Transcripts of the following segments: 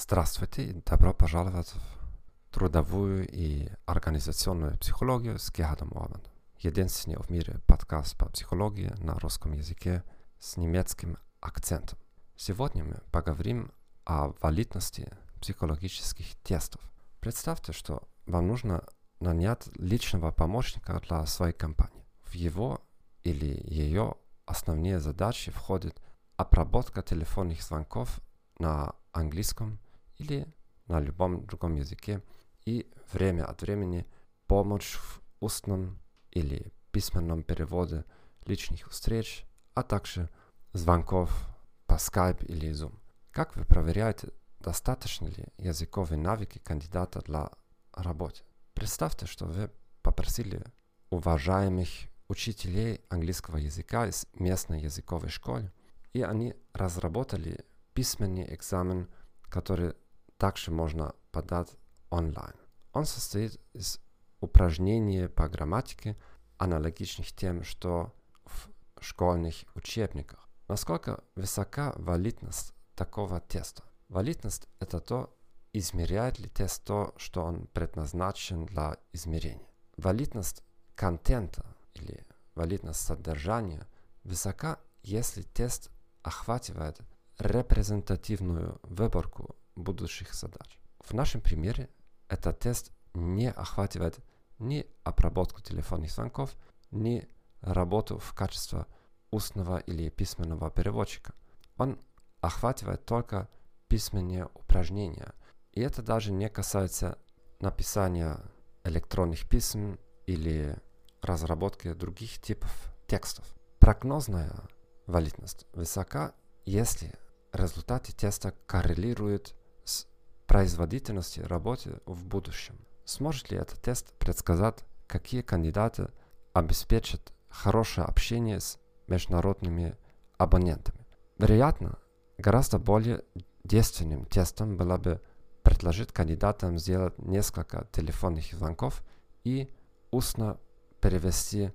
Здравствуйте и добро пожаловать в трудовую и организационную психологию с Gerhardом Orban. Единственный в мире подкаст по психологии на русском языке с немецким акцентом. Сегодня мы поговорим о валидности психологических тестов. Представьте, что вам нужно нанять личного помощника для своей компании. В его или ее основные задачи входят обработка телефонных звонков на английском или на любом другом языке и время от времени помощь в устном или письменном переводе личных встреч, а также звонков по Skype или Zoom. Как вы проверяете, достаточно ли языковые навыки кандидата для работы? Представьте, что вы попросили уважаемых учителей английского языка из местной языковой школы, и они разработали письменный экзамен, который также можно подать онлайн. Он состоит из упражнений по грамматике, аналогичных тем, что в школьных учебниках. Насколько высока валидность такого теста? Валидность – это то, измеряет ли тест то, что он предназначен для измерения. Валидность контента или валидность содержания высока, если тест охватывает репрезентативную выборку будущих задач. В нашем примере этот тест не охватывает ни обработку телефонных звонков, ни работу в качестве устного или письменного переводчика. Он охватывает только письменные упражнения. И это даже не касается написания электронных писем или разработки других типов текстов. Прогнозная валидность высока, если результаты теста коррелируют с производительностью работы в будущем. Сможет ли этот тест предсказать, какие кандидаты обеспечат хорошее общение с международными абонентами? Вероятно, гораздо более действенным тестом было бы предложить кандидатам сделать несколько телефонных звонков и устно перевести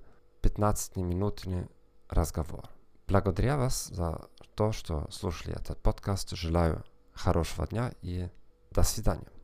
15-минутный разговор. Благодарю вас за то, что слушали этот подкаст. Желаю хорошего дня и до свидания.